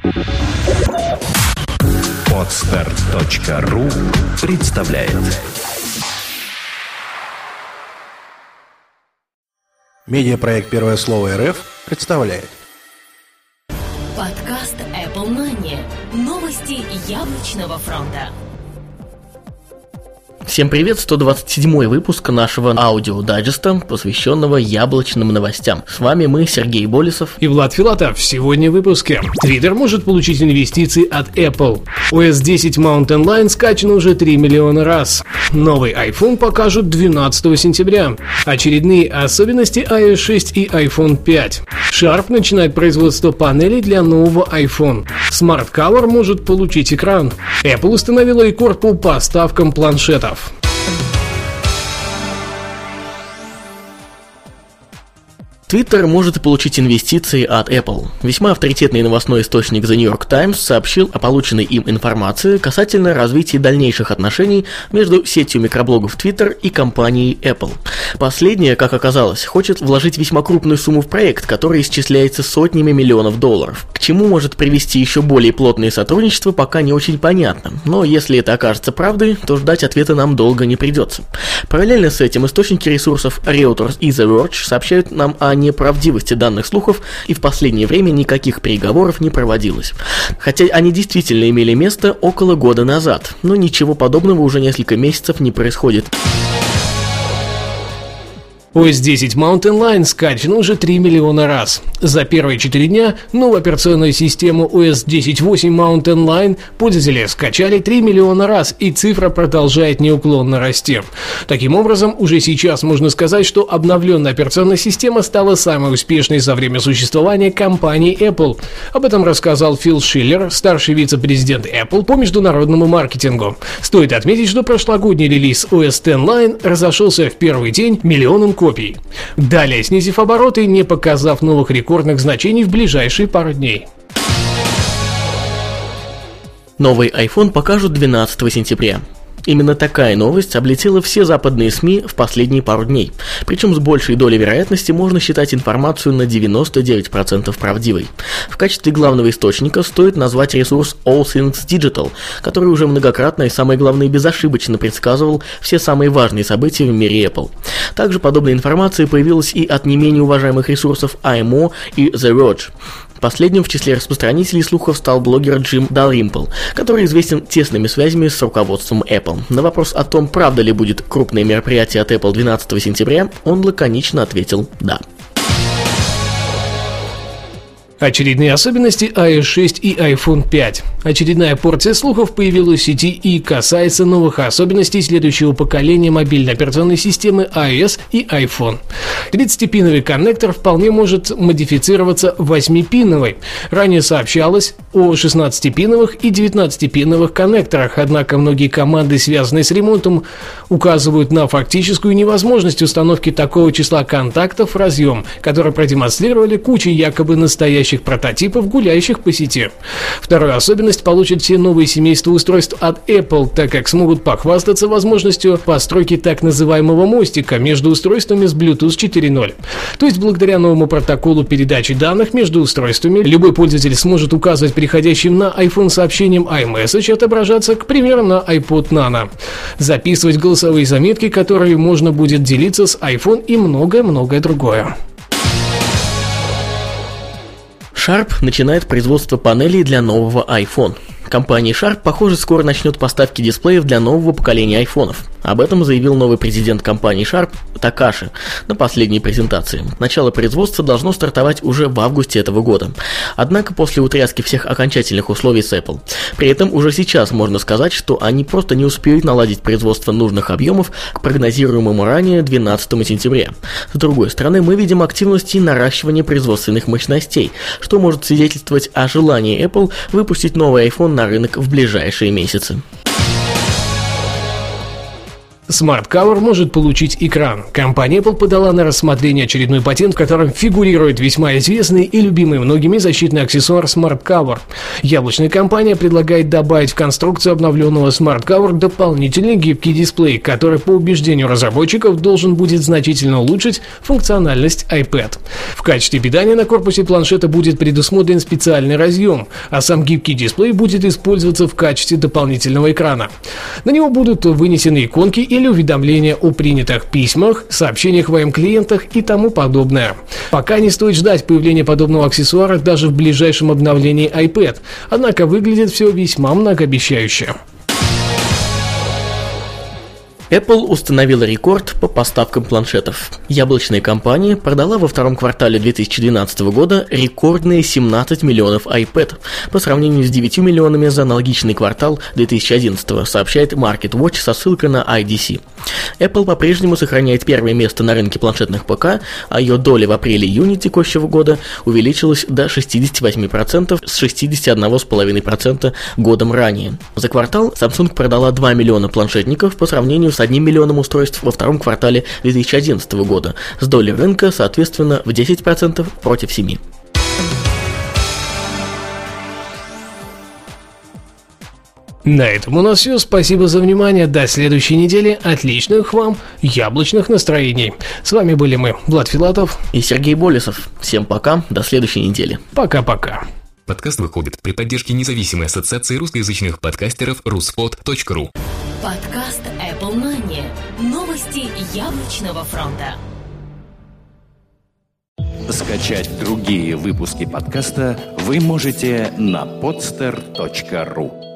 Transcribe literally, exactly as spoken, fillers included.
Подстарт точка ру представляет. Медиапроект «Первое слово РФ» представляет. Подкаст Apple Money. Новости яблочного фронта. Всем привет, сто двадцать седьмой выпуск нашего аудиодайджеста, посвященного яблочным новостям. С вами мы, Сергей Болесов и Влад Филатов. Сегодня в выпуске. Twitter может получить инвестиции от Apple. о эс десять Mountain Lion скачано уже три миллиона раз. Новый iPhone покажут двенадцатого сентября. Очередные особенности ай о эс шесть и айфон пять. Sharp начинает производство панелей для нового iPhone. Smart Color может получить экран. Apple установила рекорд по поставкам планшетов. Twitter может получить инвестиции от Apple. Весьма авторитетный новостной источник The New York Times сообщил о полученной им информации касательно развития дальнейших отношений между сетью микроблогов Twitter и компанией Apple. Последняя, как оказалось, хочет вложить весьма крупную сумму в проект, который исчисляется сотнями миллионов долларов. К чему может привести еще более плотное сотрудничество, пока не очень понятно, но если это окажется правдой, то ждать ответа нам долго не придется. Параллельно с этим источники ресурсов Reuters и The Verge сообщают нам о неправдивости данных слухов, и в последнее время никаких переговоров не проводилось. Хотя они действительно имели место около года назад, но ничего подобного уже несколько месяцев не происходит. о эс десять Mountain Lion скачано уже три миллиона раз. За первые четыре дня новую операционную систему о эс десять точка восемь Mountain Lion пользователи скачали три миллиона раз, и цифра продолжает неуклонно расти. Таким образом, уже сейчас можно сказать, что обновленная операционная система стала самой успешной за время существования компании Apple. Об этом рассказал Фил Шиллер, старший вице-президент Apple по международному маркетингу. Стоит отметить, что прошлогодний релиз о эс десять Lion разошелся в первый день миллионом копий. Далее, снизив обороты, не показав новых рекордных значений в ближайшие пару дней. Новый iPhone покажут двенадцатого сентября. Именно такая новость облетела все западные СМИ в последние пару дней. Причем с большей долей вероятности можно считать информацию на девяносто девять процентов правдивой. В качестве главного источника стоит назвать ресурс All Things Digital, который уже многократно и, самое главное, безошибочно предсказывал все самые важные события в мире Apple. Также подобная информация появилась и от не менее уважаемых ресурсов ай эм о и The Verge. Последним в числе распространителей слухов стал блогер Джим Далримпл, который известен тесными связями с руководством Apple. На вопрос о том, правда ли будет крупное мероприятие от Apple двенадцатого сентября, он лаконично ответил «да». Очередные особенности ай о эс шесть и айфон пять. Очередная порция слухов появилась в сети и касается новых особенностей следующего поколения мобильной операционной системы iOS и iPhone. тридцатипиновый коннектор вполне может модифицироваться в восьмипиновый. Ранее сообщалось о шестнадцатипиновых и девятнадцатипиновых коннекторах, однако многие команды, связанные с ремонтом, указывают на фактическую невозможность установки такого числа контактов в разъем, который продемонстрировали куча якобы настоящих прототипов, гуляющих по сети. Вторую особенность получат все новые семейства устройств от Apple, так как смогут похвастаться возможностью постройки так называемого мостика между устройствами с Bluetooth четыре ноль. То есть благодаря новому протоколу передачи данных между устройствами любой пользователь сможет указывать переходящим на iPhone сообщением iMessage отображаться, к примеру, на iPod Nano, записывать голосовые заметки, которые можно будет делиться с iPhone и многое-многое другое. Sharp начинает производство панелей для нового iPhone. Компания Sharp, похоже, скоро начнет поставки дисплеев для нового поколения айфонов. Об этом заявил новый президент компании Sharp Такаши на последней презентации. Начало производства должно стартовать уже в августе этого года. Однако после утряски всех окончательных условий с Apple. При этом уже сейчас можно сказать, что они просто не успеют наладить производство нужных объемов к прогнозируемому ранее двенадцатому сентября. С другой стороны, мы видим активность и наращивание производственных мощностей, что может свидетельствовать о желании Apple выпустить новый iPhone на рынок в ближайшие месяцы. Smart Cover может получить экран. Компания Apple подала на рассмотрение очередной патент, в котором фигурирует весьма известный и любимый многими защитный аксессуар Smart Cover. Яблочная компания предлагает добавить в конструкцию обновленного Smart Cover дополнительный гибкий дисплей, который, по убеждению разработчиков, должен будет значительно улучшить функциональность iPad. В качестве питания на корпусе планшета будет предусмотрен специальный разъем, а сам гибкий дисплей будет использоваться в качестве дополнительного экрана. На него будут вынесены иконки и или уведомления о принятых письмах, сообщениях в клиентах и тому подобное. Пока не стоит ждать появления подобного аксессуара даже в ближайшем обновлении iPad, однако выглядит все весьма многообещающе. Apple установила рекорд по поставкам планшетов. Яблочная компания продала во втором квартале две тысячи двенадцатого года рекордные семнадцать миллионов iPad по сравнению с девятью миллионами за аналогичный квартал две тысячи одиннадцатого, сообщает MarketWatch со ссылкой на ай ди си. Apple по-прежнему сохраняет первое место на рынке планшетных ПК, а ее доля в апреле-июне текущего года увеличилась до шестьдесят восемь процентов с шестьдесят один целых пять десятых процента годом ранее. За квартал Samsung продала два миллиона планшетников по сравнению с одним миллионом устройств во втором квартале две тысячи одиннадцатого года, с долей рынка, соответственно, в десять процентов против семи процентов. На этом у нас все. Спасибо за внимание. До следующей недели. Отличных вам яблочных настроений. С вами были мы, Влад Филатов и Сергей Болесов. Всем пока. До следующей недели. Пока-пока. Подкаст выходит при поддержке независимой ассоциации русскоязычных подкастеров руспод точка ру. Подкаст Apple Money. Новости яблочного фронта. Скачать другие выпуски подкаста вы можете на podster точка ру.